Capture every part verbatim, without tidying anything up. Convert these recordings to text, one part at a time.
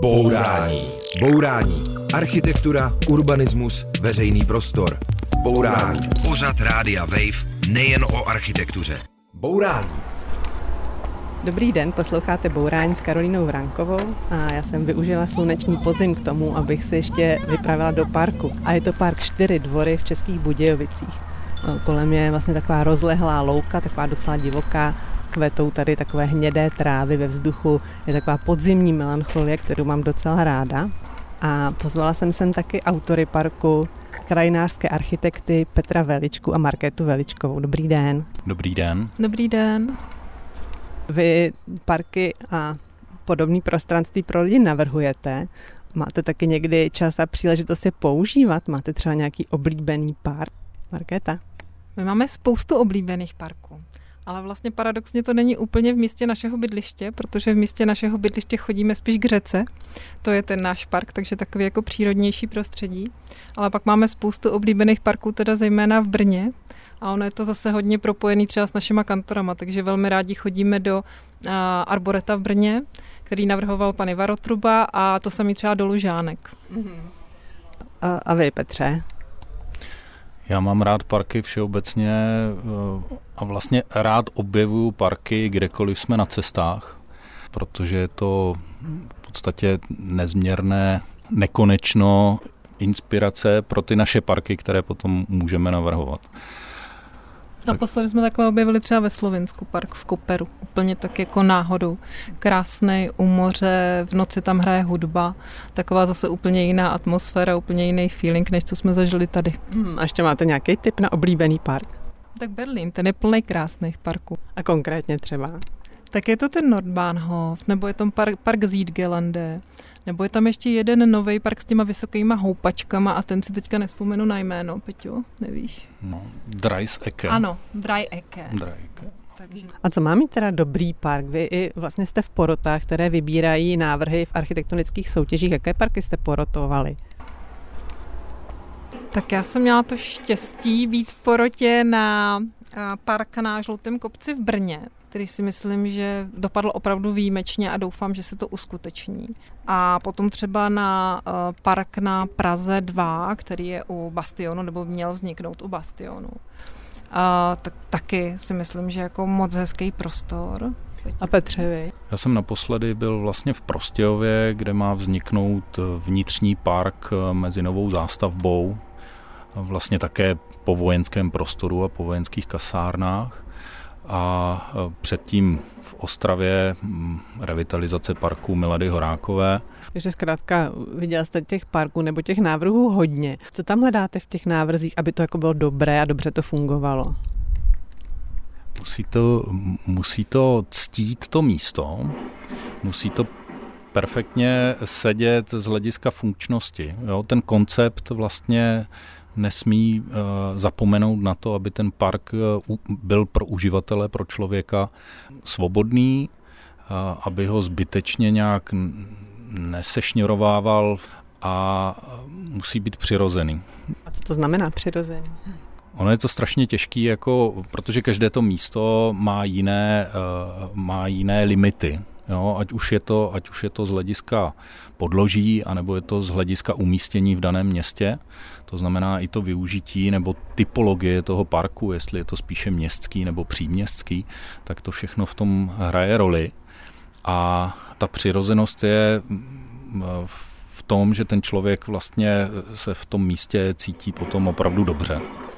Bourání. Bourání. Architektura, urbanismus, veřejný prostor. Bourání. Pořad Rádia Wave nejen o architektuře. Bourání. Dobrý den, posloucháte Bourání s Karolínou Vránkovou a já jsem využila sluneční podzim k tomu, abych se ještě vypravila do parku. A je to park Čtyři dvory v Českých Budějovicích. Kolem je vlastně taková rozlehlá louka, taková docela divoká. Kvetou tady takové hnědé trávy ve vzduchu. Je taková podzimní melancholie, kterou mám docela ráda. A pozvala jsem sem taky autory parku, krajinářské architekty Petra Veličku a Markétu Veličkovou. Dobrý den. Dobrý den. Dobrý den. Vy parky a podobné prostranství pro lidi navrhujete. Máte taky někdy čas a příležitost je používat? Máte třeba nějaký oblíbený park? Markéta? My máme spoustu oblíbených parků, ale vlastně paradoxně to není úplně v místě našeho bydliště, protože v místě našeho bydliště chodíme spíš k řece. To je ten náš park, takže takový jako přírodnější prostředí. Ale pak máme spoustu oblíbených parků, teda zejména v Brně. A ono je to zase hodně propojený třeba s našima kantorama, takže velmi rádi chodíme do uh, Arboreta v Brně, který navrhoval pan Iva Rotruba, a to samý třeba do Lužánek. Mm-hmm. A, a vy, Petře? Já mám rád parky všeobecně a vlastně rád objevuju parky, kdekoliv jsme na cestách, protože je to v podstatě nezměrné, nekonečno inspirace pro ty naše parky, které potom můžeme navrhovat. Naposledy jsme takhle objevili třeba ve Slovinsku park v Koperu, úplně tak jako náhodou. Krásnej, u moře, v noci tam hraje hudba, taková zase úplně jiná atmosféra, úplně jiný feeling, než co jsme zažili tady. Hmm, a ještě máte nějaký tip na oblíbený park? Tak Berlín, ten je plný krásných parků. A konkrétně třeba? Tak je to ten Nordbahnhof, nebo je tam park, park Zietgelände, nebo je tam ještě jeden nový park s těma vysokýma houpačkama a ten si teďka nespomenu na jméno, Peťo, nevíš? No, Dreieecke. Ano, Dreieecke. Dreieecke. Takže... A co má mít teda dobrý park? Vy i vlastně jste v porotách, které vybírají návrhy v architektonických soutěžích. Jaké parky jste porotovali? Tak já jsem měla to štěstí být v porotě na park na Žlutém kopci v Brně, který si myslím, že dopadl opravdu výjimečně a doufám, že se to uskuteční. A potom třeba na uh, park na Praze dva, který je u Bastionu, nebo měl vzniknout u Bastionu. Uh, tak taky si myslím, že jako moc hezký prostor. A Petře, vy? Já jsem naposledy byl vlastně v Prostějově, kde má vzniknout vnitřní park mezi novou zástavbou, vlastně také po vojenském prostoru a po vojenských kasárnách. A předtím v Ostravě revitalizace parku Milady Horákové. Takže zkrátka viděl jste těch parků nebo těch návrhů hodně. Co tam hledáte v těch návrzích, aby to jako bylo dobré a dobře to fungovalo? Musí to, musí to ctít to místo, musí to perfektně sedět z hlediska funkčnosti. Jo? Ten koncept vlastně nesmí uh, zapomenout na to, aby ten park uh, byl pro uživatele, pro člověka svobodný, uh, aby ho zbytečně nějak nesešňorovával a musí být přirozený. A co to znamená přirozený? Ono je to strašně těžký, jako, protože každé to místo má jiné, uh, má jiné limity. Jo, ať už je to, ať už je to z hlediska podloží, anebo je to z hlediska umístění v daném městě. To znamená i to využití nebo typologie toho parku, jestli je to spíše městský nebo příměstský, tak to všechno v tom hraje roli. A ta přirozenost je v tom, že ten člověk vlastně se v tom místě cítí potom opravdu dobře.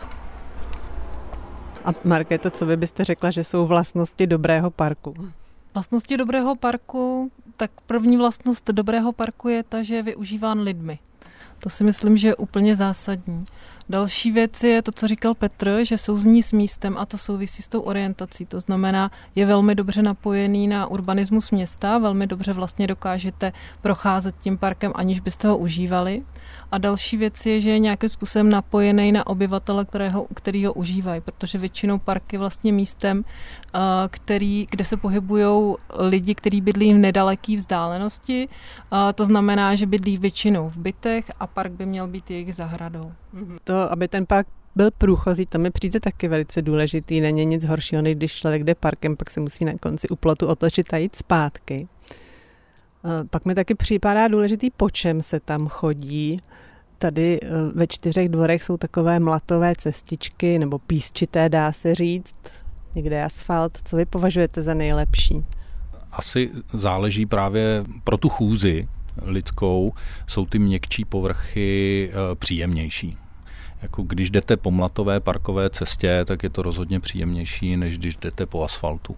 A Markéto, co vy byste řekla, že jsou vlastnosti dobrého parku? Vlastnosti dobrého parku, tak první vlastnost dobrého parku je ta, že je využíván lidmi. To si myslím, že je úplně zásadní. Další věc je to, co říkal Petr, že souzní s místem a to souvisí s tou orientací. To znamená, je velmi dobře napojený na urbanismus města, velmi dobře vlastně dokážete procházet tím parkem, aniž byste ho užívali. A další věc je, že je nějakým způsobem napojený na obyvatele, kterého, který ho užívají, protože většinou park je vlastně místem, který, kde se pohybují lidi, kteří bydlí v nedaleké vzdálenosti. To znamená, že bydlí většinou v bytech a park by měl být jejich zahradou. To, aby ten park byl průchozí, to mi přijde taky velice důležitý. Není nic horšího, než když člověk jde parkem, pak se musí na konci u plotu otočit a jít zpátky. Pak mi taky připadá důležitý, po čem se tam chodí. Tady ve čtyřech dvorech jsou takové mlatové cestičky nebo písčité, dá se říct. Někde je asfalt. Co vy považujete za nejlepší? Asi záleží právě pro tu chůzi lidskou, jsou ty měkčí povrchy příjemnější. Jako když jdete po mlatové parkové cestě, tak je to rozhodně příjemnější, než když jdete po asfaltu.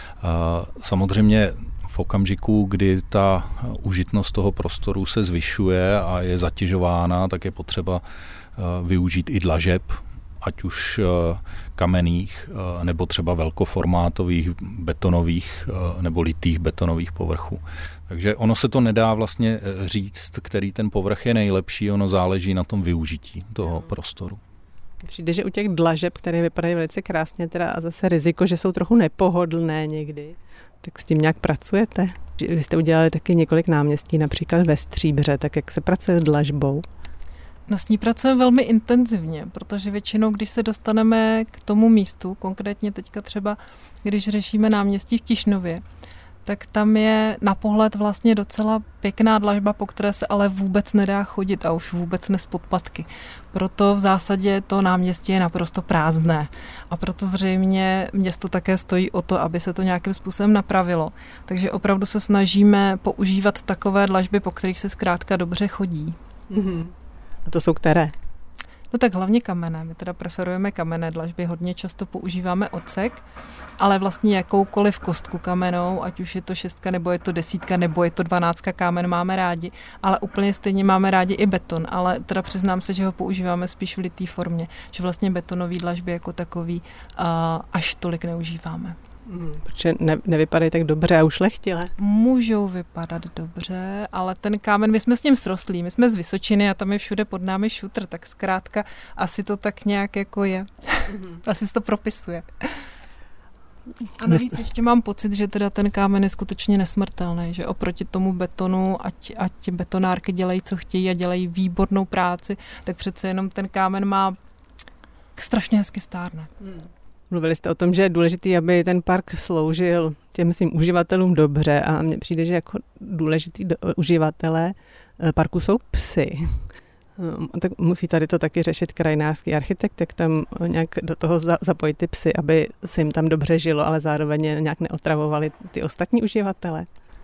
Samozřejmě v okamžiku, kdy ta užitnost toho prostoru se zvyšuje a je zatěžována, tak je potřeba využít i dlažeb, ať už kamenných, nebo třeba velkoformátových betonových nebo litých betonových povrchů. Takže ono se to nedá vlastně říct, který ten povrch je nejlepší, ono záleží na tom využití toho prostoru. Přijde, že u těch dlažeb, které vypadají velice krásně, teda a zase riziko, že jsou trochu nepohodlné někdy, tak s tím nějak pracujete? Vy jste udělali taky několik náměstí, například ve Stříbře, tak jak se pracuje s dlažbou? No s ní pracujeme velmi intenzivně, protože většinou, když se dostaneme k tomu místu, konkrétně teďka třeba, když řešíme náměstí v Tišnově, tak tam je na pohled vlastně docela pěkná dlažba, po které se ale vůbec nedá chodit a už vůbec ne z podpatky. Proto v zásadě to náměstí je naprosto prázdné a proto zřejmě město také stojí o to, aby se to nějakým způsobem napravilo. Takže opravdu se snažíme používat takové dlažby, po kterých se zkrátka dobře chodí. Mm-hmm. A to jsou které? No tak hlavně kamenné. My teda preferujeme kamenné dlažby, hodně často používáme ocek, ale vlastně jakoukoliv kostku kamennou, ať už je to šestka, nebo je to desítka, nebo je to dvanáctka, kámen máme rádi, ale úplně stejně máme rádi i beton, ale teda přiznám se, že ho používáme spíš v litý formě, že vlastně betonový dlažby jako takový uh, až tolik neužíváme. Hmm, protože ne, nevypadají tak dobře a ušlechtile. Můžou vypadat dobře, ale ten kámen, my jsme s ním srostlí, my jsme z Vysočiny a tam je všude pod námi šutr, tak zkrátka asi to tak nějak jako je. Mm-hmm. Asi se to propisuje. A navíc ještě mám pocit, že teda ten kámen je skutečně nesmrtelný, že oproti tomu betonu, ať, ať betonárky dělají, co chtějí a dělají výbornou práci, tak přece jenom ten kámen má strašně hezky stárne. Hmm. Mluvili jste o tom, že je důležitý, aby ten park sloužil těm svým uživatelům dobře a mně přijde, že jako důležitý do, uživatelé parku jsou psy. Tak musí tady to taky řešit krajinářský architekt, jak tam nějak do toho za, zapojit ty psy, aby se jim tam dobře žilo, ale zároveň nějak neotravovali ty ostatní uživatele.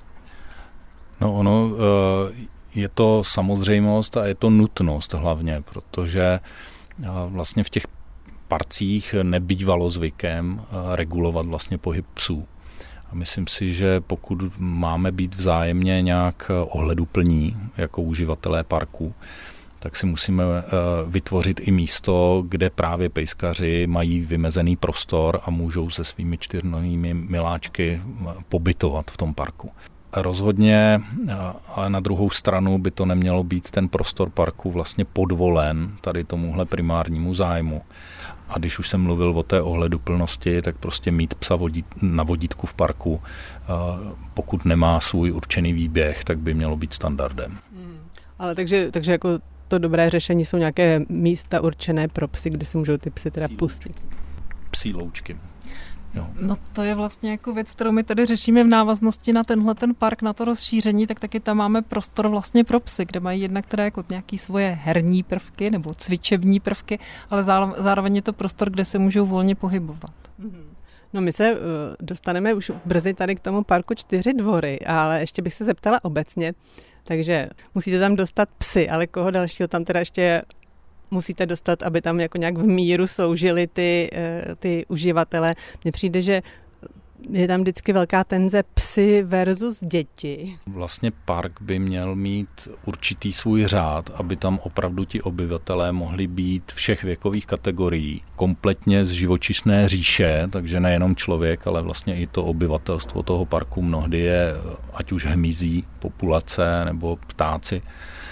No ono je to samozřejmost a je to nutnost hlavně, protože vlastně v těch parcích nebývalo zvykem regulovat vlastně pohyb psů. A myslím si, že pokud máme být vzájemně nějak ohleduplní jako uživatelé parku, tak si musíme vytvořit i místo, kde právě pejskaři mají vymezený prostor a můžou se svými čtyřnohými miláčky pobytovat v tom parku. Rozhodně, ale na druhou stranu by to nemělo být ten prostor parku vlastně podvolen tady tomuhle primárnímu zájmu. A když už jsem mluvil o té ohleduplnosti, tak prostě mít psa vodít, na vodítku v parku, pokud nemá svůj určený výběh, tak by mělo být standardem. Hmm. Ale takže, takže jako to dobré řešení jsou nějaké místa určené pro psy, kde se můžou ty psy teda psí pustit. Psí loučky. Jo. No to je vlastně jako věc, kterou my tady řešíme v návaznosti na tenhle ten park, na to rozšíření, tak taky tam máme prostor vlastně pro psy, kde mají jednak teda jako nějaký svoje herní prvky nebo cvičební prvky, ale zároveň je to prostor, kde se můžou volně pohybovat. No my se uh, dostaneme už brzy tady k tomu parku Čtyři dvory, ale ještě bych se zeptala obecně, takže musíte tam dostat psy, ale koho dalšího tam teda ještě musíte dostat, aby tam jako nějak v míru soužili ty, ty uživatele. Mně přijde, že je tam vždycky velká tenze psy versus děti. Vlastně park by měl mít určitý svůj řád, aby tam opravdu ti obyvatelé mohli být všech věkových kategorií, kompletně z živočišné říše, takže nejenom člověk, ale vlastně i to obyvatelstvo toho parku mnohdy je ať už hmyzí populace nebo ptáci.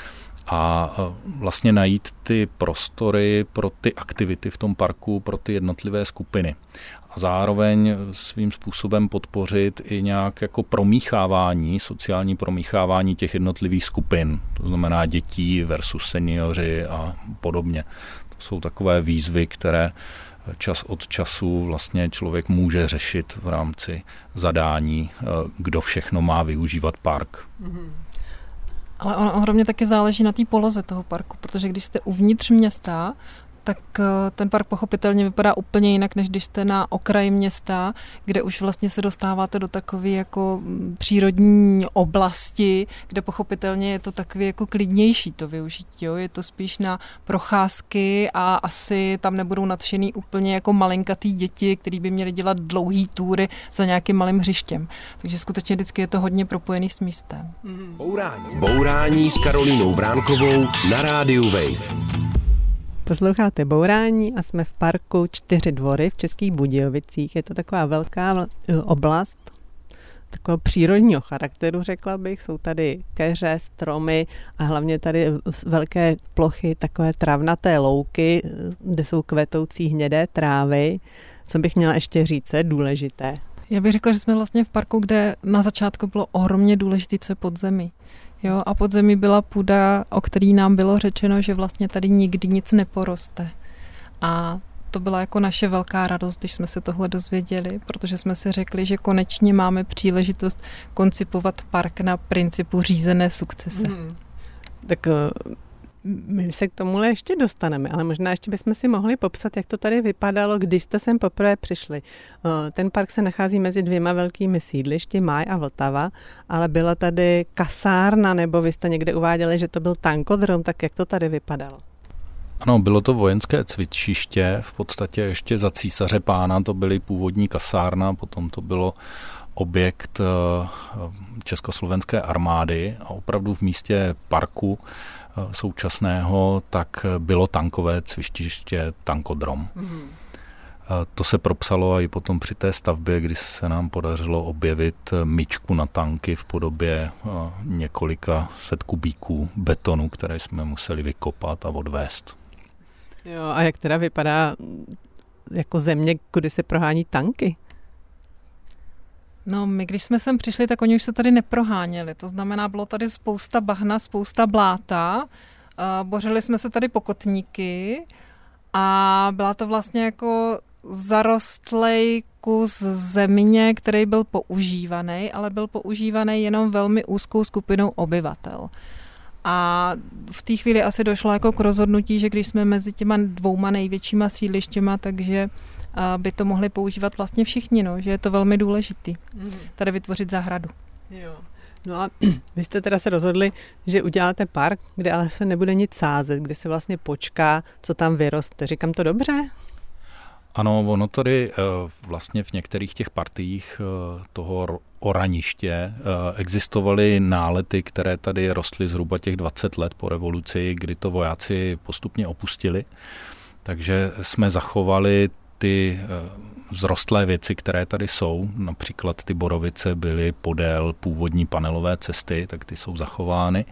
A vlastně najít ty prostory pro ty aktivity v tom parku, pro ty jednotlivé skupiny. A zároveň svým způsobem podpořit i nějak jako promíchávání, sociální promíchávání těch jednotlivých skupin. To znamená dětí versus seniori a podobně. To jsou takové výzvy, které čas od času vlastně člověk může řešit v rámci zadání, kdo všechno má využívat park. Mm-hmm. Ale on ohromně taky záleží na té poloze toho parku, protože když jste uvnitř města, tak ten park pochopitelně vypadá úplně jinak, než když jste na okraji města, kde už vlastně se dostáváte do takové jako přírodní oblasti, kde pochopitelně je to takový jako klidnější to využití. Jo? Je to spíš na procházky a asi tam nebudou nadšený úplně jako malinkatý děti, který by měli dělat dlouhý túry za nějakým malým hřištěm. Takže skutečně vždycky je to hodně propojený s místem. Bourání. Bourání s Karolínou Vránkovou na rádiu Wave. Posloucháte Bourání a jsme v parku Čtyři dvory v Českých Budějovicích. Je to taková velká oblast takového přírodního charakteru, řekla bych. Jsou tady keře, stromy a hlavně tady velké plochy, takové travnaté louky, kde jsou kvetoucí hnědé trávy. Co bych měla ještě říct, je důležité? Já bych řekla, že jsme vlastně v parku, kde na začátku bylo ohromně důležité, co je podzemí. Jo, a pod zemí byla půda, o který nám bylo řečeno, že vlastně tady nikdy nic neporoste. A to byla jako naše velká radost, když jsme se tohle dozvěděli, protože jsme si řekli, že konečně máme příležitost koncipovat park na principu řízené sukcese. Hmm. Tak my se k tomuhle ještě dostaneme, ale možná ještě bychom si mohli popsat, jak to tady vypadalo, když jste sem poprvé přišli. Ten park se nachází mezi dvěma velkými sídlišti, Máj a Vltava, ale byla tady kasárna, nebo vy jste někde uváděli, že to byl tankodrom, tak jak to tady vypadalo? Ano, bylo to vojenské cvičiště, v podstatě ještě za císaře pána to byly původní kasárna, potom to bylo objekt československé armády a opravdu v místě parku současného, tak bylo tankové cvičiště, tankodrom. Mm. To se propsalo i potom při té stavbě, kdy se nám podařilo objevit myčku na tanky v podobě několika set kubíků betonu, které jsme museli vykopat a odvést. Jo, a jak teda vypadá jako země, kudy se prohání tanky? No, my když jsme sem přišli, tak oni už se tady neproháněli. To znamená, bylo tady spousta bahna, spousta bláta. Bořili jsme se tady pokotníky a byla to vlastně jako zarostlej kus země, který byl používaný, ale byl používaný jenom velmi úzkou skupinou obyvatel. A v té chvíli asi došlo jako k rozhodnutí, že když jsme mezi těma dvouma největšíma sídlištěma, takže by to mohli používat vlastně všichni, no, že je to velmi důležitý tady vytvořit zahradu. Jo. No a vy jste teda se rozhodli, že uděláte park, kde ale se nebude nic sázet, kde se vlastně počká, co tam vyroste. Říkám to dobře? Ano, ono tady vlastně v některých těch partiích toho oraniště existovaly nálety, které tady rostly zhruba těch dvacet let po revoluci, kdy to vojáci postupně opustili. Takže jsme zachovali ty vzrostlé věci, které tady jsou. Například ty borovice byly podél původní panelové cesty, tak ty jsou zachovány.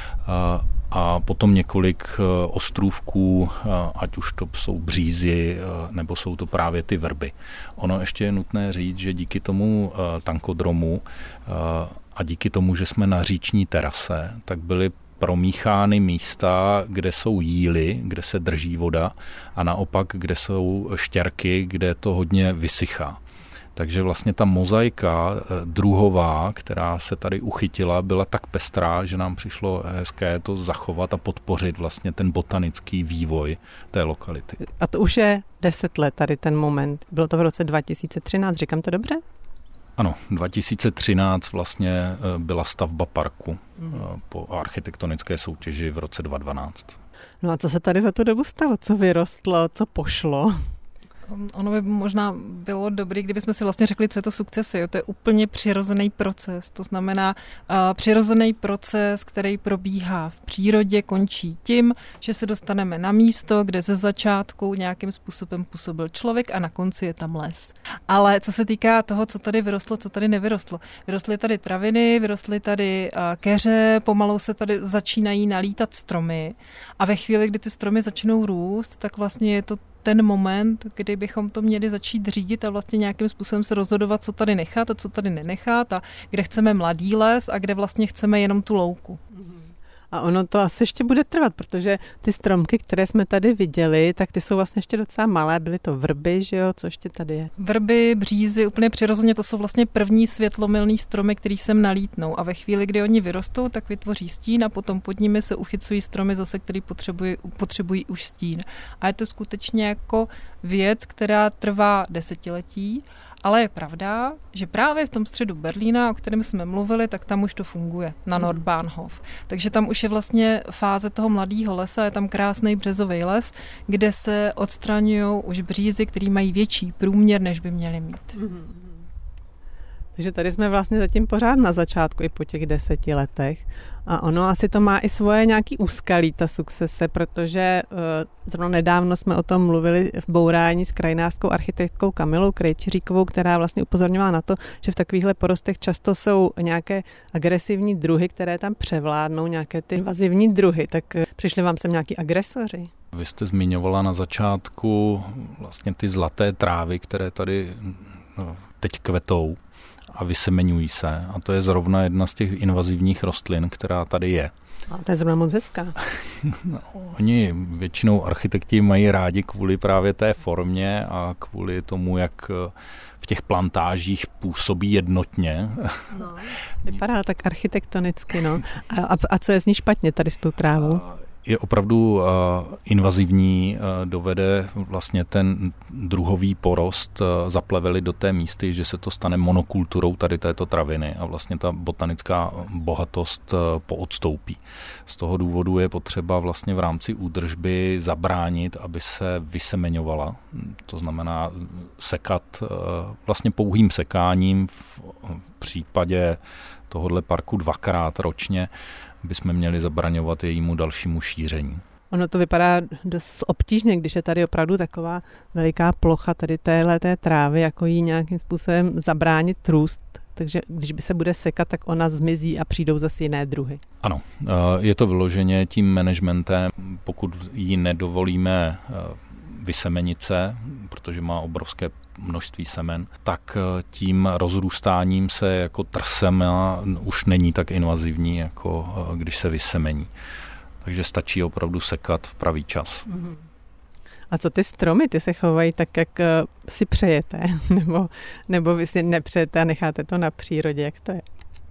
A potom několik ostrůvků, ať už to jsou břízy, nebo jsou to právě ty vrby. Ono ještě je nutné říct, že díky tomu tankodromu a díky tomu, že jsme na říční terase, tak byly promíchány místa, kde jsou jíly, kde se drží voda a naopak, kde jsou štěrky, kde to hodně vysychá. Takže vlastně ta mozaika druhová, která se tady uchytila, byla tak pestrá, že nám přišlo hezké to zachovat a podpořit vlastně ten botanický vývoj té lokality. A to už je deset let tady ten moment. Bylo to v roce dva tisíce třináct, říkám to dobře? Ano, dva tisíce třináct vlastně byla stavba parku mm. po architektonické soutěži v roce dva tisíce dvanáct. No a co se tady za tu dobu stalo? Co vyrostlo? Co pošlo? Ono by možná bylo dobré, kdybychom si vlastně řekli, co je to sukcesy. Jo? To je úplně přirozený proces. To znamená uh, přirozený proces, který probíhá v přírodě, končí tím, že se dostaneme na místo, kde ze začátku nějakým způsobem působil člověk a na konci je tam les. Ale co se týká toho, co tady vyrostlo, co tady nevyrostlo. Vyrostly tady traviny, vyrostly tady uh, keře, pomalu se tady začínají nalítat stromy a ve chvíli, kdy ty stromy začnou růst, tak vlastně je to ten moment, kdy bychom to měli začít řídit a vlastně nějakým způsobem se rozhodovat, co tady nechat a co tady nenechat a kde chceme mladý les a kde vlastně chceme jenom tu louku. A ono to asi ještě bude trvat, protože ty stromky, které jsme tady viděli, tak ty jsou vlastně ještě docela malé, byly to vrby, že jo, co ještě tady je? Vrby, břízy, úplně přirozeně, to jsou vlastně první světlomilný stromy, který sem nalítnou a ve chvíli, kdy oni vyrostou, tak vytvoří stín a potom pod nimi se uchycují stromy zase, který potřebují, potřebují už stín. A je to skutečně jako věc, která trvá desetiletí, ale je pravda, že právě v tom středu Berlína, o kterém jsme mluvili, tak tam už to funguje, na Nordbahnhof. Takže tam už je vlastně fáze toho mladého lesa, je tam krásný březový les, kde se odstraňují už břízy, které mají větší průměr, než by měly mít. Takže tady jsme vlastně zatím pořád na začátku i po těch deseti letech. A ono asi to má i svoje nějaký úskalí, ta sukcese, protože uh, zrovna nedávno jsme o tom mluvili v bourání s krajinářskou architektkou Kamilou Krejčiříkovou, která vlastně upozorňovala na to, že v takovýchhle porostech často jsou nějaké agresivní druhy, které tam převládnou, nějaké ty invazivní druhy. Tak uh, přišli vám sem nějaký agresoři? Vy jste zmiňovala na začátku vlastně ty zlaté trávy, které tady no, teď kvetou a vysemeňují se. A to je zrovna jedna z těch invazivních rostlin, která tady je. A to je zrovna moc hezká. No, oni většinou architekti mají rádi kvůli právě té formě a kvůli tomu, jak v těch plantážích působí jednotně. No, vypadá tak architektonicky, no. A, a, a co je z ní špatně tady s tou trávou? Je opravdu uh, invazivní, uh, dovede vlastně ten druhový porost uh, zaplevelit do té místy, že se to stane monokulturou tady této traviny a vlastně ta botanická bohatost uh, poodstoupí. Z toho důvodu je potřeba vlastně v rámci údržby zabránit, aby se vysemeňovala. To znamená sekat uh, vlastně pouhým sekáním v případě tohohle parku dvakrát ročně bychom měli zabraňovat jejímu dalšímu šíření. Ono to vypadá dost obtížně, když je tady opravdu taková veliká plocha tady téhleté trávy, jako jí nějakým způsobem zabránit růst. Takže když by se bude sekat, tak ona zmizí a přijdou zase jiné druhy. Ano, je to vyloženě tím managementem, pokud jí nedovolíme vysemenice, protože má obrovské množství semen, tak tím rozrůstáním se jako trsema už není tak invazivní, jako když se vysemení. Takže stačí opravdu sekat v pravý čas. A co ty stromy, ty se chovají tak, jak si přejete? Nebo, nebo vy si nepřejete a necháte to na přírodě? Jak to je?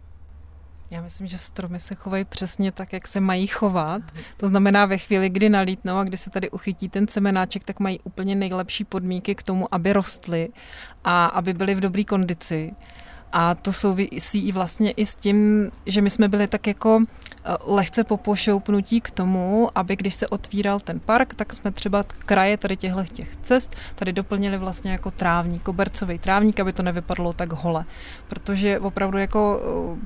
Já myslím, že stromy se chovají přesně tak, jak se mají chovat. To znamená, ve chvíli, kdy nalítnou a kdy se tady uchytí ten semenáček, tak mají úplně nejlepší podmínky k tomu, aby rostly a aby byly v dobré kondici. A to souvisí i vlastně i s tím, že my jsme byli tak jako lehce popošoupnutí k tomu, aby když se otvíral ten park, tak jsme třeba kraje tady těchto těch cest tady doplnili vlastně jako trávník, kobercový trávník, aby to nevypadalo tak hole. Protože opravdu jako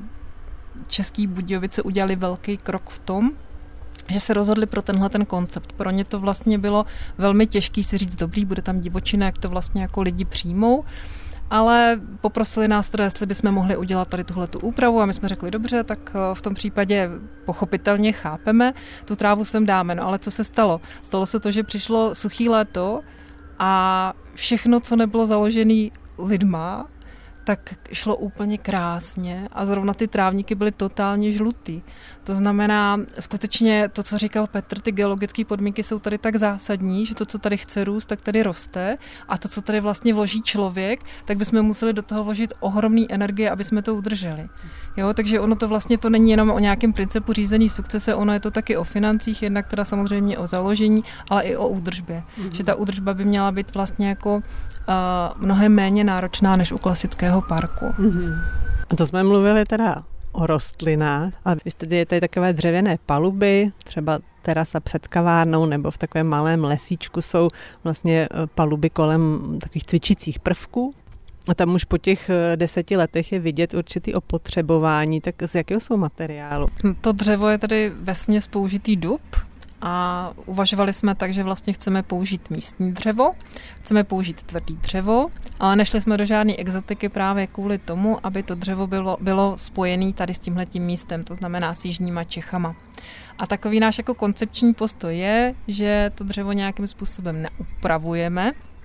Český Budějovice udělali velký krok v tom, že se rozhodli pro tenhle ten koncept. Pro ně to vlastně bylo velmi těžký si říct, dobrý, bude tam divočina, jak to vlastně jako lidi přijmou, ale poprosili nás teda, jestli bychom mohli udělat tady tuhletu úpravu a my jsme řekli, dobře, tak v tom případě pochopitelně chápeme, tu trávu sem dáme. No ale co se stalo? Stalo se to, že přišlo suchý léto a všechno, co nebylo založené lidma, tak šlo úplně krásně a zrovna ty trávníky byly totálně žlutý. To znamená, skutečně to, co říkal Petr, ty geologické podmínky jsou tady tak zásadní, že to, co tady chce růst, tak tady roste a to, co tady vlastně vloží člověk, tak bychom museli do toho vložit ohromný energie, aby jsme to udrželi. Jo, takže ono to vlastně to není jenom o nějakém principu řízení sukcese, ono je to taky o financích, jednak teda samozřejmě o založení, ale i o údržbě. Mm-hmm. Že ta údržba by měla být vlastně jako uh, mnohem méně náročná než u klasického parku. Mm-hmm. A to jsme mluvili teda o rostlinách. A vy jste tady takové dřevěné paluby, třeba terasa před kavárnou nebo v takovém malém lesíčku jsou vlastně paluby kolem takových cvičících prvků. A tam už po těch deseti letech je vidět určitý opotřebování. Tak z jakého jsou materiálu? To dřevo je tady vesměs použitý dub. A uvažovali jsme tak, že vlastně chceme použít místní dřevo, chceme použít tvrdý dřevo, ale nešli jsme do žádné exotiky právě kvůli tomu, aby to dřevo bylo, bylo spojené tady s tímhletím místem, to znamená s jižníma Čechama. A takový náš jako koncepční postoj je, že to dřevo nějakým způsobem neupravujeme,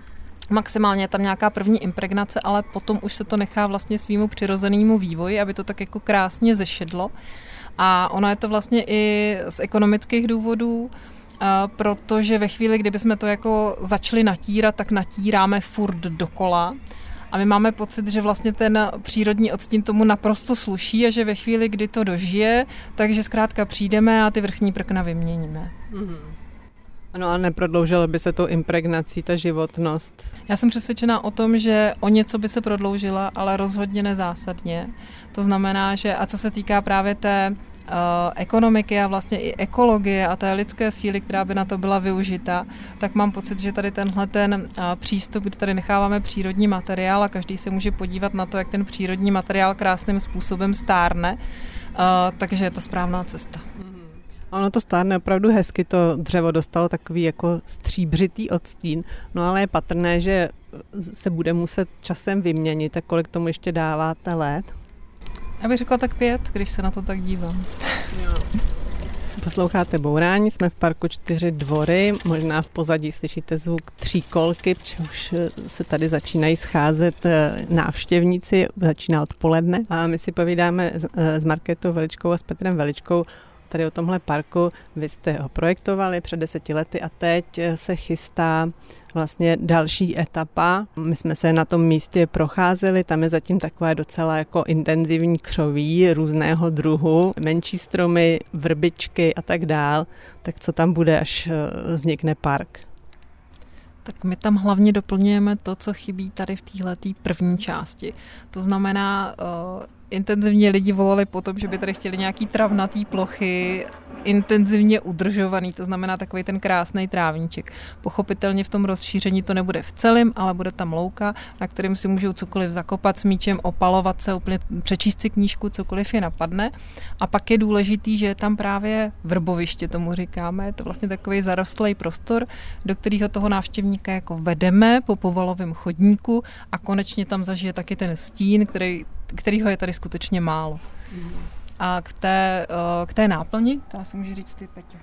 Maximálně je tam nějaká první impregnace, ale potom už se to nechá vlastně svýmu přirozenému vývoji, aby to tak jako krásně zešedlo. A ono je to vlastně i z ekonomických důvodů, protože ve chvíli, kdyby jsme to jako začali natírat, tak natíráme furt dokola. A my máme pocit, že vlastně ten přírodní odstín tomu naprosto sluší a že ve chvíli, kdy to dožije, takže zkrátka přijdeme a ty vrchní prkna vyměníme. Mm. Ano, a neprodloužilo by se tou impregnací ta životnost? Já jsem přesvědčená o tom, že o něco by se prodloužila, ale rozhodně nezásadně. To znamená, že a co se týká právě té uh, ekonomiky a vlastně i ekologie a té lidské síly, která by na to byla využita, tak mám pocit, že tady tenhle ten uh, přístup, kdy tady necháváme přírodní materiál a každý se může podívat na to, jak ten přírodní materiál krásným způsobem stárne, uh, takže je to správná cesta. Ono to stárne opravdu hezky, to dřevo dostalo takový jako stříbřitý odstín, no ale je patrné, že se bude muset časem vyměnit, tak kolik tomu ještě dáváte let? Já bych řekla tak pět, když se na to tak dívám. Jo. Posloucháte Bourání, jsme v parku Čtyři dvory, možná v pozadí slyšíte zvuk tříkolky, protože už se tady začínají scházet návštěvníci, začíná odpoledne a my si povídáme s Markétou Veličkou a s Petrem Veličkou tady o tomhle parku. Vy jste ho projektovali před deseti lety a teď se chystá vlastně další etapa. My jsme se na tom místě procházeli, tam je zatím takové docela jako intenzivní křoví různého druhu, menší stromy, vrbičky a tak dál. Tak co tam bude, až vznikne park? Tak my tam hlavně doplňujeme to, co chybí tady v téhletý první části. To znamená, uh, intenzivně lidi volali po tom, že by tady chtěli nějaký travnatý plochy, intenzivně udržovaný, to znamená takový ten krásný trávníček. Pochopitelně v tom rozšíření to nebude v celém, ale bude tam louka, na kterým si můžou cokoliv zakopat s míčem, opalovat se, úplně přečíst si knížku, cokoliv je napadne. A pak je důležitý, že je tam právě vrboviště, tomu říkáme. Je to vlastně takový zarostlý prostor, do kterého toho návštěvníka jako vedeme po povalovém chodníku a konečně tam zažije taky ten stín, který, kterýho je tady skutečně málo. A k té, k té náplni, to asi může říct ty, Peťo.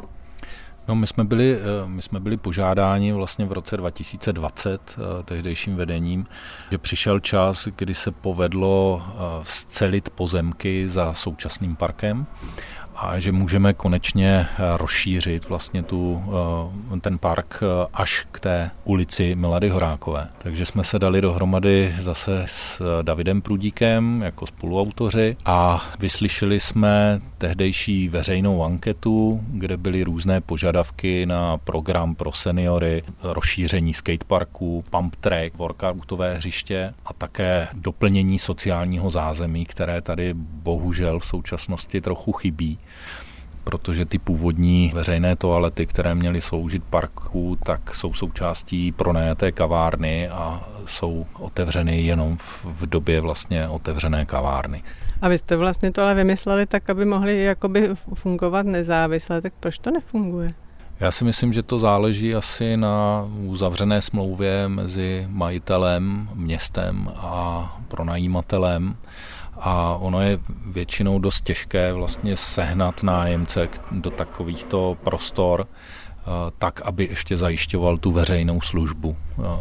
No, my jsme byli, my jsme byli požádáni vlastně v roce dva tisíce dvacet tehdejším vedením, že přišel čas, kdy se povedlo scelit pozemky za současným parkem a že můžeme konečně rozšířit vlastně tu, ten park až k té ulici Milady Horákové. Takže jsme se dali dohromady zase s Davidem Prudíkem jako spoluautoři a vyslyšeli jsme tehdejší veřejnou anketu, kde byly různé požadavky na program pro seniory, rozšíření skateparků, pump track, workoutové hřiště a také doplnění sociálního zázemí, které tady bohužel v současnosti trochu chybí, protože ty původní veřejné toalety, které měly sloužit parku, tak jsou součástí pronajaté kavárny a jsou otevřeny jenom v době vlastně otevřené kavárny. A vy jste vlastně to ale vymysleli tak, aby mohli jakoby fungovat nezávisle, tak proč to nefunguje? Já si myslím, že to záleží asi na uzavřené smlouvě mezi majitelem, městem a pronajímatelem. A ono je většinou dost těžké vlastně sehnat nájemce do takovýchto prostor, tak, aby ještě zajišťoval tu veřejnou službu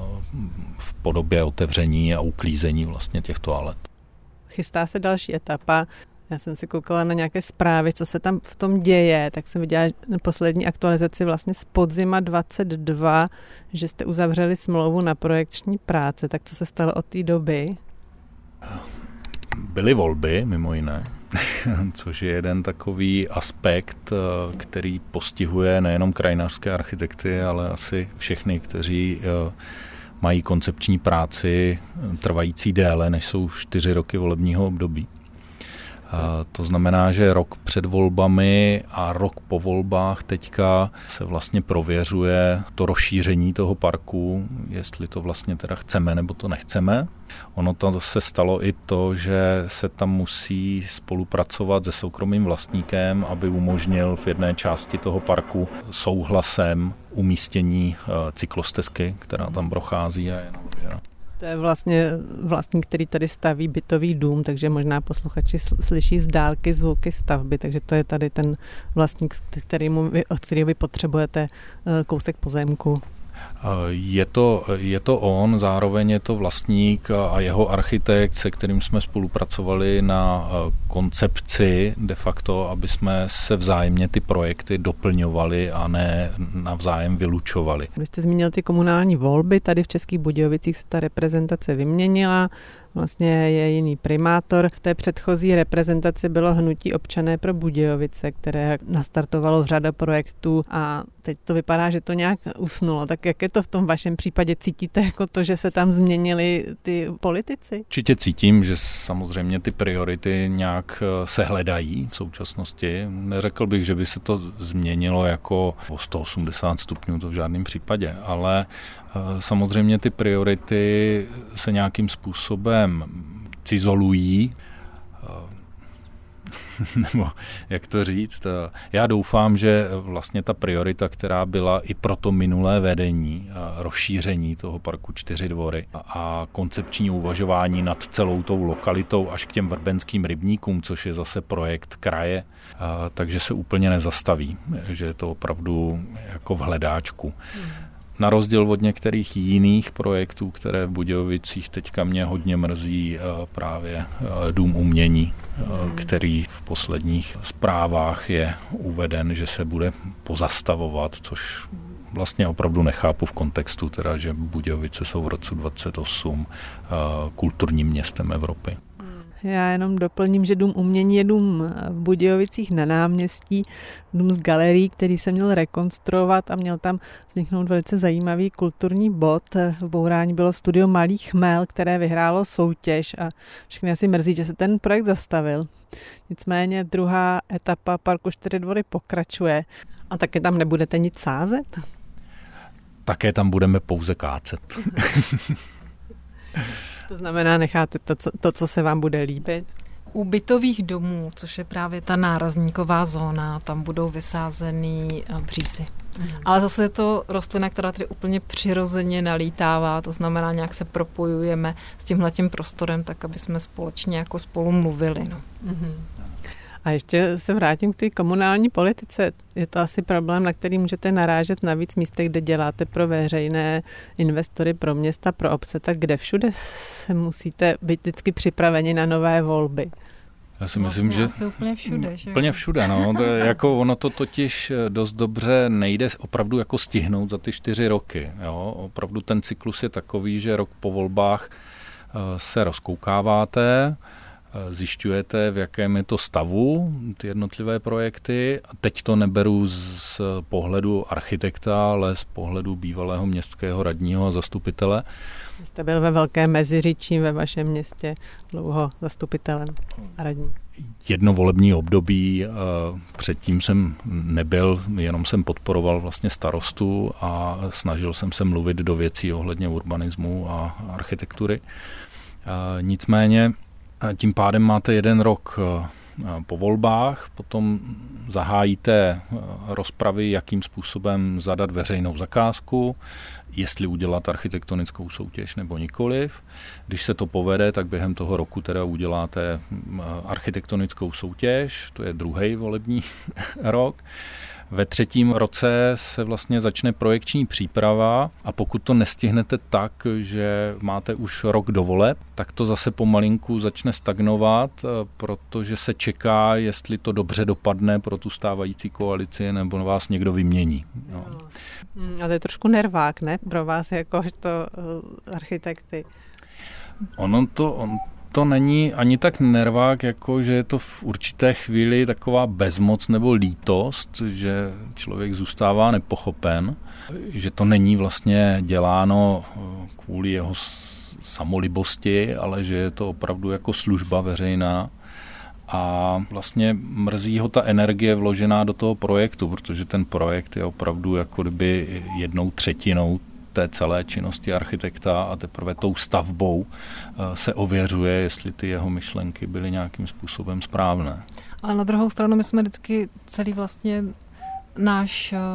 v podobě otevření a uklízení vlastně těch toalet. Chystá se další etapa. Já jsem si koukala na nějaké zprávy, co se tam v tom děje, tak jsem viděla poslední aktualizaci vlastně z podzima dvacet dva, že jste uzavřeli smlouvu na projekční práce. Tak co se stalo od té doby? Byly volby, mimo jiné, což je jeden takový aspekt, který postihuje nejenom krajinářské architekty, ale asi všechny, kteří mají koncepční práci trvající déle, než jsou čtyři roky volebního období. To znamená, že rok před volbami a rok po volbách teďka se vlastně prověřuje to rozšíření toho parku, jestli to vlastně teda chceme nebo to nechceme. Ono to se stalo i to, že se tam musí spolupracovat se soukromým vlastníkem, aby umožnil v jedné části toho parku souhlasem umístění cyklostezky, která tam prochází a je navržena. To je vlastně vlastník, který tady staví bytový dům, takže možná posluchači slyší z dálky zvuky stavby, takže to je tady ten vlastník, kterýmu vy, od kterého vy potřebujete kousek pozemku. Je to, je to on, zároveň je to vlastník a jeho architekt, se kterým jsme spolupracovali na koncepci de facto, aby jsme se vzájemně ty projekty doplňovali a ne navzájem vylučovali. Vy jste zmínil ty komunální volby, tady v Českých Budějovicích se ta reprezentace vyměnila, vlastně je jiný primátor. V té předchozí reprezentaci bylo hnutí Občané pro Budějovice, které nastartovalo řada projektů a teď to vypadá, že to nějak usnulo. Tak jak je to v tom vašem případě? Cítíte jako to, že se tam změnili ty politici? Určitě cítím, že samozřejmě ty priority nějak se hledají v současnosti. Neřekl bych, že by se to změnilo jako o sto osmdesát stupňů, to v žádném případě, ale samozřejmě ty priority se nějakým způsobem cizolují, nebo jak to říct. Já doufám, že vlastně ta priorita, která byla i pro to minulé vedení, rozšíření toho parku Čtyři dvory a koncepční uvažování nad celou tou lokalitou až k těm vrbenským rybníkům, což je zase projekt kraje, takže se úplně nezastaví, že je to opravdu jako v hledáčku. Na rozdíl od některých jiných projektů, které v Budějovicích teďka mě hodně mrzí, právě Dům umění, který v posledních zprávách je uveden, že se bude pozastavovat, což vlastně opravdu nechápu v kontextu, teda, že Budějovice jsou v roce dvacet osm kulturním městem Evropy. Já jenom doplním, že Dům umění je dům v Budějovicích na náměstí, dům z galerií, který se měl rekonstruovat a měl tam vzniknout velice zajímavý kulturní bod. V bourání bylo studio Malý chmel, které vyhrálo soutěž a všechny asi mrzí, že se ten projekt zastavil. Nicméně druhá etapa parku Čtyři dvory pokračuje. A taky tam nebudete nic sázet? Také tam budeme pouze kácet. To znamená, necháte to, co, to, co se vám bude líbit? U bytových domů, což je právě ta nárazníková zóna, tam budou vysázený břízy. Mm. Ale zase je to rostlina, která tady úplně přirozeně nalítává, to znamená, nějak se propojujeme s tímhletím prostorem, tak aby jsme společně jako spolu mluvili. No. Mm-hmm. A ještě se vrátím k té komunální politice. Je to asi problém, na který můžete narážet na víc místech, kde děláte pro veřejné investory, pro města, pro obce, tak kde všude se musíte být vždycky připraveni na nové volby? Já si myslím, vlastně že... úplně všude, že? Úplně všude, no. To je, jako ono to totiž dost dobře nejde opravdu jako stihnout za ty čtyři roky. Jo? Opravdu ten cyklus je takový, že rok po volbách se rozkoukáváte, zjišťujete, v jakém je to stavu, ty jednotlivé projekty. A teď to neberu z pohledu architekta, ale z pohledu bývalého městského radního a zastupitele. Jste byl ve Velkém Meziříčí ve vašem městě dlouho zastupitelem a radním. Jedno volební období, předtím jsem nebyl, jenom jsem podporoval vlastně starostu a snažil jsem se mluvit do věcí ohledně urbanismu a architektury. Nicméně tím pádem máte jeden rok po volbách, potom zahájíte rozpravy, jakým způsobem zadat veřejnou zakázku, jestli udělat architektonickou soutěž nebo nikoliv. Když se to povede, tak během toho roku teda uděláte architektonickou soutěž, to je druhý volební rok. Ve třetím roce se vlastně začne projekční příprava a pokud to nestihnete tak, že máte už rok do voleb, tak to zase pomalinku začne stagnovat, protože se čeká, jestli to dobře dopadne pro tu stávající koalici nebo vás někdo vymění. No. A to je trošku nervák, ne? Pro vás jakožto architekty. Ono to... On To není ani tak nervák, jako že je to v určité chvíli taková bezmoc nebo lítost, že člověk zůstává nepochopen, že to není vlastně děláno kvůli jeho samolibosti, ale že je to opravdu jako služba veřejná. A vlastně mrzí ho ta energie vložená do toho projektu, protože ten projekt je opravdu jako kdyby jednou třetinou té celé činnosti architekta a teprve tou stavbou se ověřuje, jestli ty jeho myšlenky byly nějakým způsobem správné. Ale na druhou stranu my jsme vždycky celý vlastně náš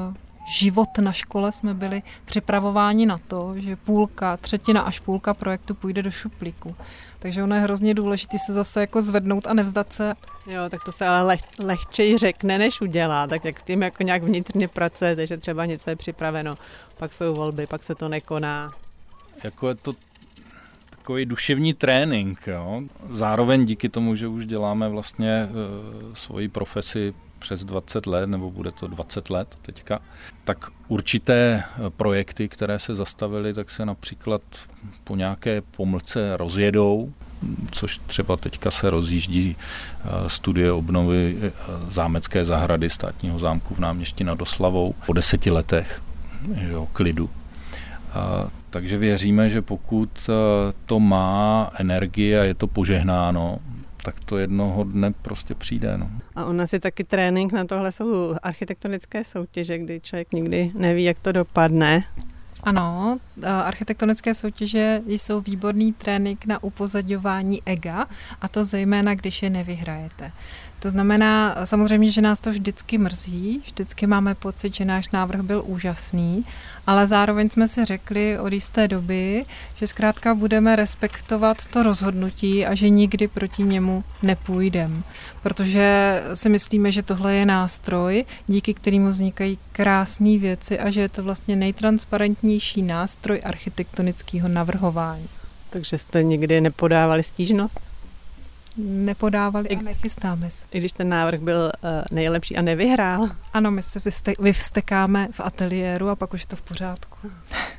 život na škole jsme byli připravováni na to, že půlka, třetina až půlka projektu půjde do šuplíku. Takže ono je hrozně důležité se zase jako zvednout a nevzdat se. Jo, tak to se ale leh, lehčeji řekne, než udělá. Tak jak s tím jako nějak vnitřně pracujete, že třeba něco je připraveno, pak jsou volby, pak se to nekoná. Jako je to takový duševní trénink. Jo? Zároveň díky tomu, že už děláme vlastně e, svoji profesi přes dvacet let, nebo bude to dvacet let teďka, tak určité projekty, které se zastavily, tak se například po nějaké pomlce rozjedou, což třeba teďka se rozjíždí studie obnovy zámecké zahrady státního zámku v Náměstí nad Oslavou po deseti letech jo, klidu. A, takže věříme, že pokud to má energii a je to požehnáno, tak to jednoho dne prostě přijde. No. A u nás je taky trénink, na tohle jsou architektonické soutěže, kdy člověk nikdy neví, jak to dopadne. Ano, architektonické soutěže jsou výborný trénink na upozaďování ega, a to zejména, když je nevyhrajete. To znamená, samozřejmě, že nás to vždycky mrzí, vždycky máme pocit, že náš návrh byl úžasný, ale zároveň jsme si řekli od jisté doby, že zkrátka budeme respektovat to rozhodnutí a že nikdy proti němu nepůjdeme. Protože si myslíme, že tohle je nástroj, díky kterému vznikají krásné věci a že je to vlastně nejtransparentnější nástroj architektonického navrhování. Takže jste nikdy nepodávali stížnost? Nepodávali a nechystáme se. I když ten návrh byl uh, nejlepší a nevyhrál? Ano, my se vyvstekáme v ateliéru a pak už je to v pořádku.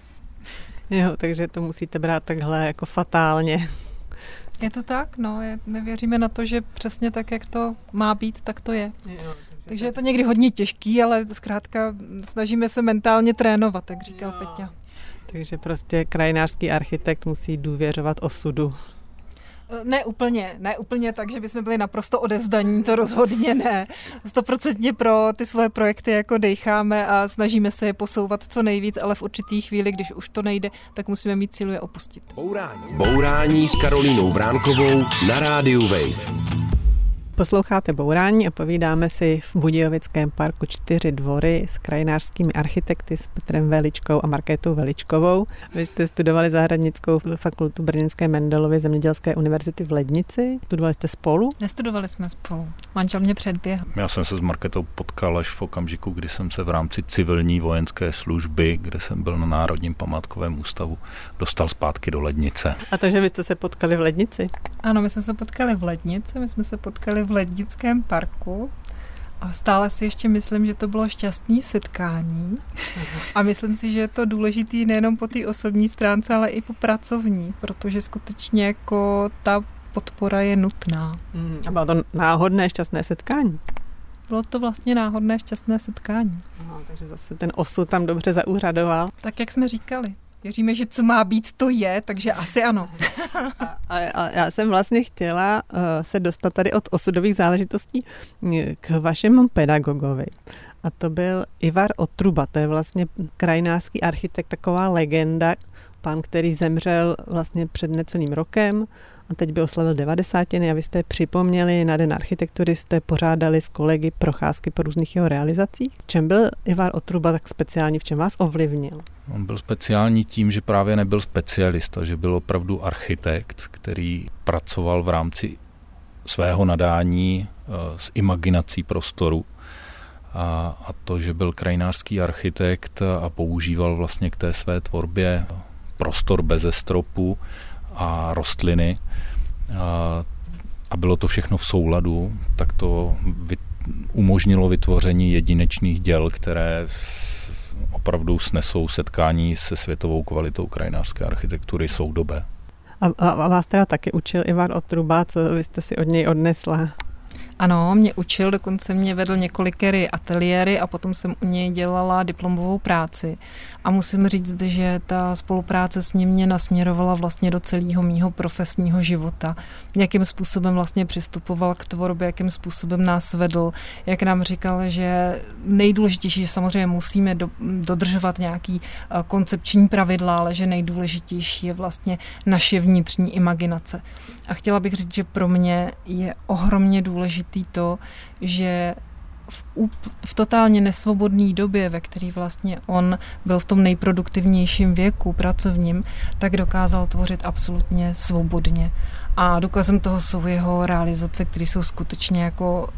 Jo, takže to musíte brát takhle jako fatálně. Je to tak, no, je, my věříme na to, že přesně tak, jak to má být, tak to je. Jo, takže takže je to někdy hodně těžký, ale zkrátka snažíme se mentálně trénovat, jak říkal jo. Peťa. Takže prostě krajinářský architekt musí důvěřovat osudu. Ne úplně, ne úplně tak, že bychom byli naprosto odevzdaní, to rozhodně ne. Stoprocentně pro ty svoje projekty jako dejcháme a snažíme se je posouvat co nejvíc, ale v určitý chvíli, když už to nejde, tak musíme mít sílu je opustit. Bourání. Bourání s Karolínou Vránkovou na rádiu Wave. Posloucháte Bourání a povídáme si v Budějovickém parku Čtyři dvory s krajinářskými architekty s Petrem Veličkou a Markétou Veličkovou. Vy jste studovali zahradnickou fakultu Brněnské Mendelovy zemědělské univerzity v Lednici. Studovali jste spolu? Nestudovali jsme spolu. Manžel mě předběhl. Já jsem se s Markétou potkal až v okamžiku, kdy jsem se v rámci civilní vojenské služby, kde jsem byl na Národním památkovém ústavu, dostal zpátky do Lednice. A takže vy jste se potkali v Lednici? Ano, my jsme se potkali v Lednici, my jsme se potkali v Lednickém parku a stále si ještě myslím, že to bylo šťastné setkání a myslím si, že je to důležitý nejenom po té osobní stránce, ale i po pracovní, protože skutečně jako ta podpora je nutná. Mm, a bylo to náhodné šťastné setkání? Bylo to vlastně náhodné šťastné setkání. Aha, takže zase ten osud tam dobře zaúřadoval. Tak, jak jsme říkali. Věříme, že co má být, to je, takže asi ano. a, a já jsem vlastně chtěla uh, se dostat tady od osudových záležitostí k vašemu pedagogovi. A to byl Ivar Otruba, to je vlastně krajinářský architekt, taková legenda, pán, který zemřel vlastně před necelým rokem a teď by oslavil devadesátiny a vy jste připomněli na Den architektury, jste pořádali s kolegy procházky po různých jeho realizacích. V čem byl Ivar Otruba tak speciální, v čem vás ovlivnil? On byl speciální tím, že právě nebyl specialista, že byl opravdu architekt, který pracoval v rámci svého nadání s imaginací prostoru. A, a to, že byl krajinářský architekt a používal vlastně k té své tvorbě prostor beze stropu a rostliny a, a bylo to všechno v souladu, tak to vy, umožnilo vytvoření jedinečných děl, které opravdu snesou setkání se světovou kvalitou krajinářské architektury soudobé. A, a, a vás teda taky učil Ivar Otruba, co vy jste si od něj odnesla? Ano, mě učil, dokonce mě vedl několikery ateliéry a potom jsem u něj dělala diplomovou práci. A musím říct, že ta spolupráce s ním mě nasměrovala vlastně do celého mýho profesního života. Jakým způsobem vlastně přistupoval k tvorbě, jakým způsobem nás vedl, jak nám říkal, že nejdůležitější, že samozřejmě musíme do, dodržovat nějaký koncepční pravidla, ale že nejdůležitější je vlastně naše vnitřní imaginace. A chtěla bych říct, že pro mě je ohromně důležité to, že v, úp- v totálně nesvobodné době, ve které vlastně on byl v tom nejproduktivnějším věku pracovním, tak dokázal tvořit absolutně svobodně. A důkazem toho jsou jeho realizace, které jsou skutečně jako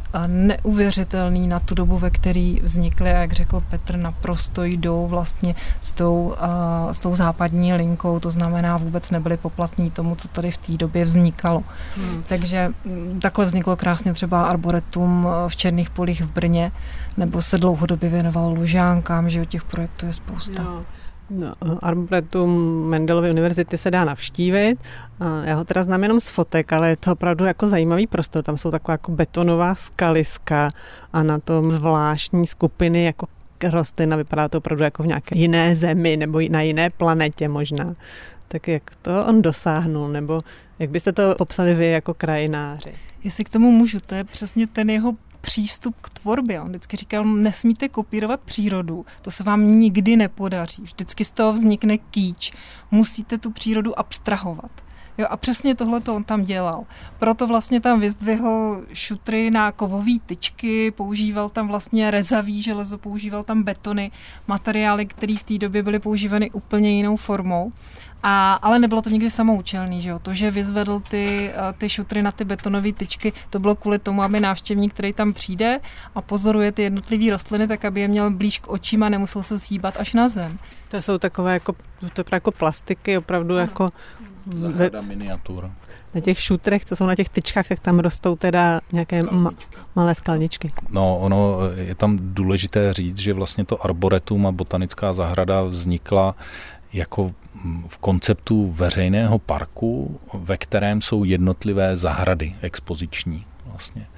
neuvěřitelný na tu dobu, ve které vznikly, a jak řekl Petr, naprosto jdou vlastně s tou, uh, s tou západní linkou, to znamená vůbec nebyly poplatní tomu, co tady v té době vznikalo. Hmm. Takže takhle vzniklo krásně třeba arboretum v Černých polích v Brně, nebo se dlouhodobě věnoval Lužánkám, že těch projektů je spousta. Jo. No, arboretum Mendelovy univerzity se dá navštívit. Já ho teda znám jenom z fotek, ale je to opravdu jako zajímavý prostor. Tam jsou taková jako betonová skaliska a na tom zvláštní skupiny jako rostlin a vypadá to opravdu jako v nějaké jiné zemi nebo na jiné planetě možná. Tak jak to on dosáhnul, nebo jak byste to popsali vy jako krajináři? Jestli k tomu můžu, to je přesně ten jeho přístup k tvorbě. On vždycky říkal, nesmíte kopírovat přírodu, to se vám nikdy nepodaří. Vždycky z toho vznikne kýč. Musíte tu přírodu abstrahovat. Jo, a přesně tohle to on tam dělal. Proto vlastně tam vyzdvihl šutry na kovové tyčky, používal tam vlastně rezavý železo, používal tam betony, materiály, které v té době byly používány úplně jinou formou. A, ale nebylo to nikdy samoučelný, že jo? To, že vyzvedl ty, ty šutry na ty betonové tyčky, to bylo kvůli tomu, aby návštěvník, který tam přijde a pozoruje ty jednotlivé rostliny, tak aby je měl blíž k očím a nemusel se zhýbat až na zem. To jsou takové jako, to je jako plastiky, opravdu ano. Jako zahrada miniatur. Na těch šutrech, co jsou na těch tyčkách, tak tam rostou teda nějaké ma- malé skalničky. No, ono je tam důležité říct, že vlastně to arboretum a botanická zahrada vznikla jako v konceptu veřejného parku, ve kterém jsou jednotlivé zahrady expoziční vlastně.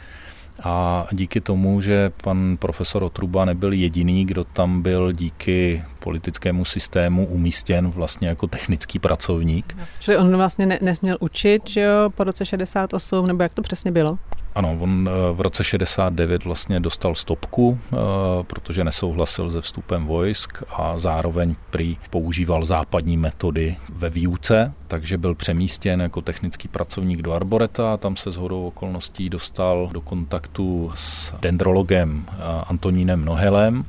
A díky tomu, že pan profesor Otruba nebyl jediný, kdo tam byl díky politickému systému umístěn vlastně jako technický pracovník. Čili on vlastně ne, nesměl učit, že jo, po roce šedesát osm, nebo jak to přesně bylo? Ano, on v roce šedesát devět vlastně dostal stopku, protože nesouhlasil se vstupem vojsk a zároveň prý používal západní metody ve výuce, takže byl přemístěn jako technický pracovník do arboreta a tam se shodou okolností dostal do kontaktu s dendrologem Antonínem Nohelem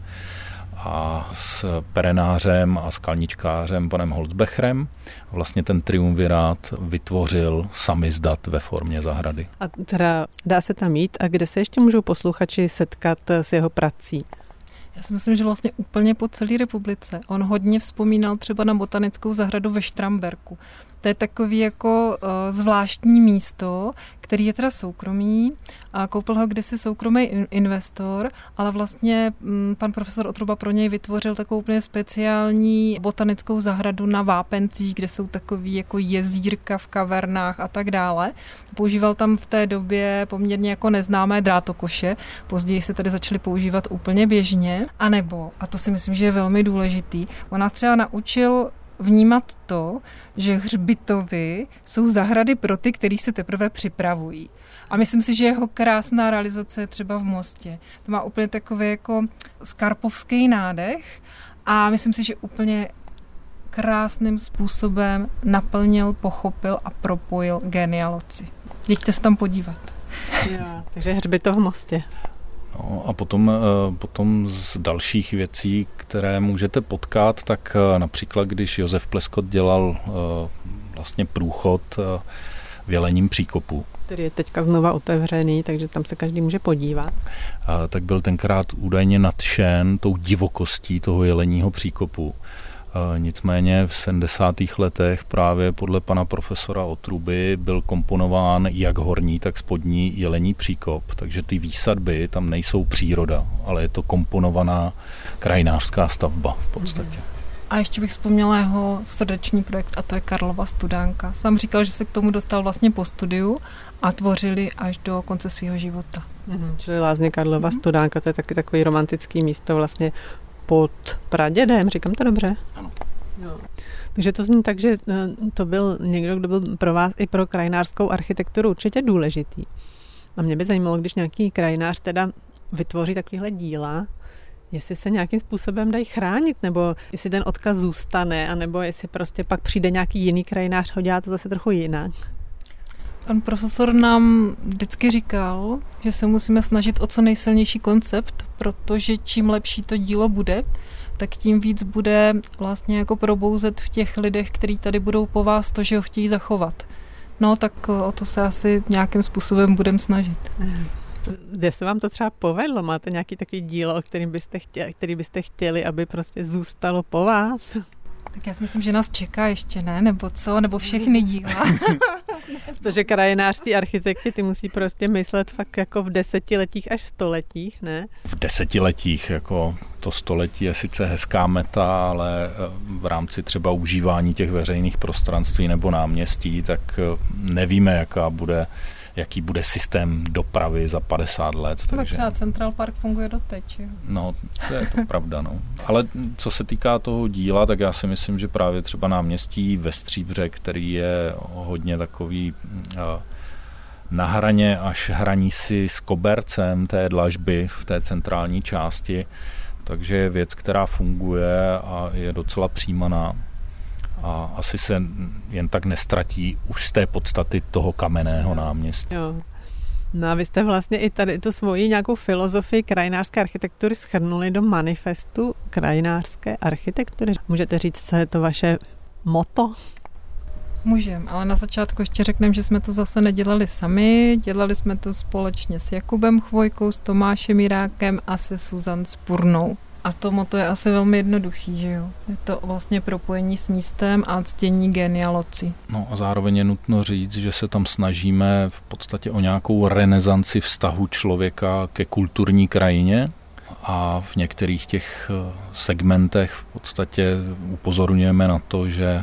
a s perenářem a skalničkářem panem Holzbecherem. Vlastně ten triumvirát vytvořil samizdat ve formě zahrady. A teda dá se tam jít a kde se ještě můžou posluchači setkat s jeho prací? Já si myslím, že vlastně úplně po celé republice. On hodně vzpomínal třeba na botanickou zahradu ve Štramberku. To je takový jako uh, zvláštní místo, který je teda soukromý a koupil ho kdysi soukromý in- investor, ale vlastně m, pan profesor Otruba pro něj vytvořil takovou úplně speciální botanickou zahradu na Vápencích, kde jsou takový jako jezírka v kavernách a tak dále. Používal tam v té době poměrně jako neznámé drátokoše, později se tady začaly používat úplně běžně, a nebo, a to si myslím, že je velmi důležitý, on nás třeba naučil vnímat to, že hřbitovy jsou zahrady pro ty, kteří se teprve připravují. A myslím si, že jeho krásná realizace je třeba v Mostě. To má úplně takový jako skarpovský nádech a myslím si, že úplně krásným způsobem naplnil, pochopil a propojil genialoci. Jděte se tam podívat. Jo, takže hřbitov v Mostě. No a potom, potom z dalších věcí, které můžete potkat, tak například, když Josef Pleskot dělal vlastně průchod v Jelením příkopu, který je teďka znova otevřený, takže tam se každý může podívat. Tak byl tenkrát údajně nadšen tou divokostí toho Jeleního příkopu. Nicméně v sedmdesátých letech právě podle pana profesora Otruby byl komponován jak horní, tak spodní jelení příkop, takže ty výsadby tam nejsou příroda, ale je to komponovaná krajinářská stavba v podstatě. A ještě bych vzpomněla jeho srdeční projekt a to je Karlova studánka. Sám říkal, že se k tomu dostal vlastně po studiu a tvořili až do konce svého života. Mm-hmm. Čili Lázně Karlova mm-hmm. studánka, to je taky takový romantický místo vlastně pod pradědem, říkám to dobře? Ano. No. Takže to zní tak, že to byl někdo, kdo byl pro vás i pro krajinářskou architekturu určitě důležitý. A mě by zajímalo, když nějaký krajinář teda vytvoří takovýhle díla, jestli se nějakým způsobem dají chránit, nebo jestli ten odkaz zůstane, anebo jestli prostě pak přijde nějaký jiný krajinář, ho dělá to zase trochu jinak. Pan profesor nám vždycky říkal, že se musíme snažit o co nejsilnější koncept, protože čím lepší to dílo bude, tak tím víc bude vlastně jako probouzet v těch lidech, kteří tady budou po vás to, že ho chtějí zachovat. No tak o to se asi nějakým způsobem budeme snažit. Kde se vám to třeba povedlo? Máte nějaký takový dílo, o kterým byste chtěli, který byste chtěli, aby prostě zůstalo po vás? Tak já si myslím, že nás čeká ještě, ne? Nebo co? Nebo všechny díla. Protože krajinářští architekti, ty musí prostě myslet fakt jako v desetiletích až stoletích, ne? V desetiletích, jako to století je sice hezká meta, ale v rámci třeba užívání těch veřejných prostranství nebo náměstí, tak nevíme, jaká bude jaký bude systém dopravy za padesát let. Tak takže třeba Central Park funguje doteď, jo? No, to je to pravda, no. Ale co se týká toho díla, tak já si myslím, že právě třeba náměstí ve Stříbře, který je hodně takový uh, na hraně až hraní si s kobercem té dlažby v té centrální části, takže je věc, která funguje a je docela přijímaná. A asi se jen tak nestratí už z té podstaty toho kamenného náměstí. Jo. No a vy jste vlastně i tady tu svoji nějakou filozofii krajinářské architektury shrnuli do manifestu krajinářské architektury. Můžete říct, co je to vaše motto? Můžem, ale na začátku ještě řekneme, že jsme to zase nedělali sami, dělali jsme to společně s Jakubem Chvojkou, s Tomášem Jirákem a se Suzan Spurnou. A to motto je asi velmi jednoduchý, že jo? Je to vlastně propojení s místem a ctění genialoci. No a zároveň je nutno říct, že se tam snažíme v podstatě o nějakou renesanci vztahu člověka ke kulturní krajině a v některých těch segmentech v podstatě upozorňujeme na to, že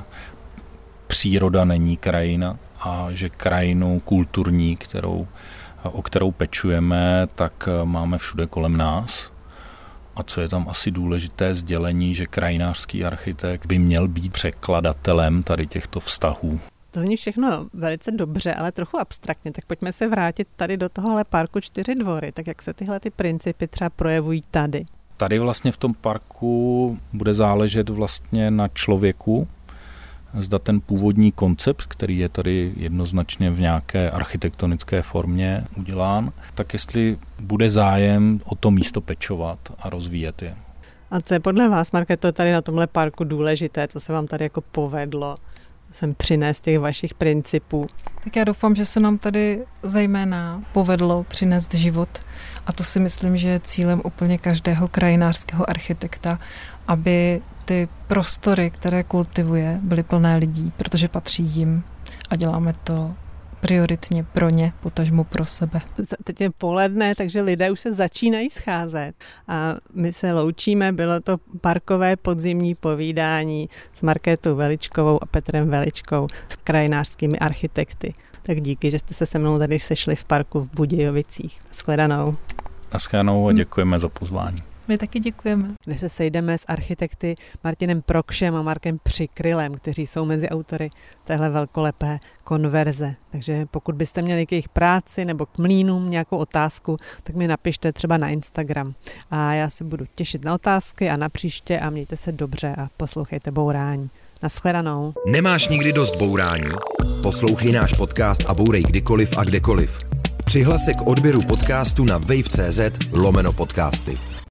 příroda není krajina a že krajinu kulturní, kterou, o kterou pečujeme, tak máme všude kolem nás. A co je tam asi důležité sdělení, že krajinářský architekt by měl být překladatelem tady těchto vztahů. To zní všechno velice dobře, ale trochu abstraktně, tak pojďme se vrátit tady do tohohle parku Čtyři dvory, tak jak se tyhle ty principy třeba projevují tady? Tady vlastně v tom parku bude záležet vlastně na člověku, zda ten původní koncept, který je tady jednoznačně v nějaké architektonické formě udělán, tak jestli bude zájem o to místo pečovat a rozvíjet je. A co je podle vás, Markéto, tady na tomhle parku důležité, co se vám tady jako povedlo sem přinést těch vašich principů? Tak já doufám, že se nám tady zejména povedlo přinést život a to si myslím, že je cílem úplně každého krajinářského architekta, aby ty prostory, které kultivuje, byly plné lidí, protože patří jim a děláme to prioritně pro ně, potažmo pro sebe. Teď je poledne, takže lidé už se začínají scházet a my se loučíme. Bylo to parkové podzimní povídání s Markétou Veličkovou a Petrem Veličkou, krajinářskými architekty. Tak díky, že jste se se mnou tady sešli v parku v Budějovicích. Shledanou. Naschledanou a děkujeme za pozvání. My taky děkujeme. Dnes se sejdeme s architekty Martinem Prokšem a Markem Přikrylem, kteří jsou mezi autory téhle velkolepé konverze. Takže pokud byste měli k jejich práci nebo k mlýnům nějakou otázku, tak mi napište třeba na Instagram. A já se budu těšit na otázky a na příště a mějte se dobře a poslouchejte Bourání. Naschledanou. Nemáš nikdy dost bourání? Poslouchej náš podcast a bourej kdykoliv a kdekoliv. Přihlas se k odběru podcastu na wave tečka cz lomeno podcasty.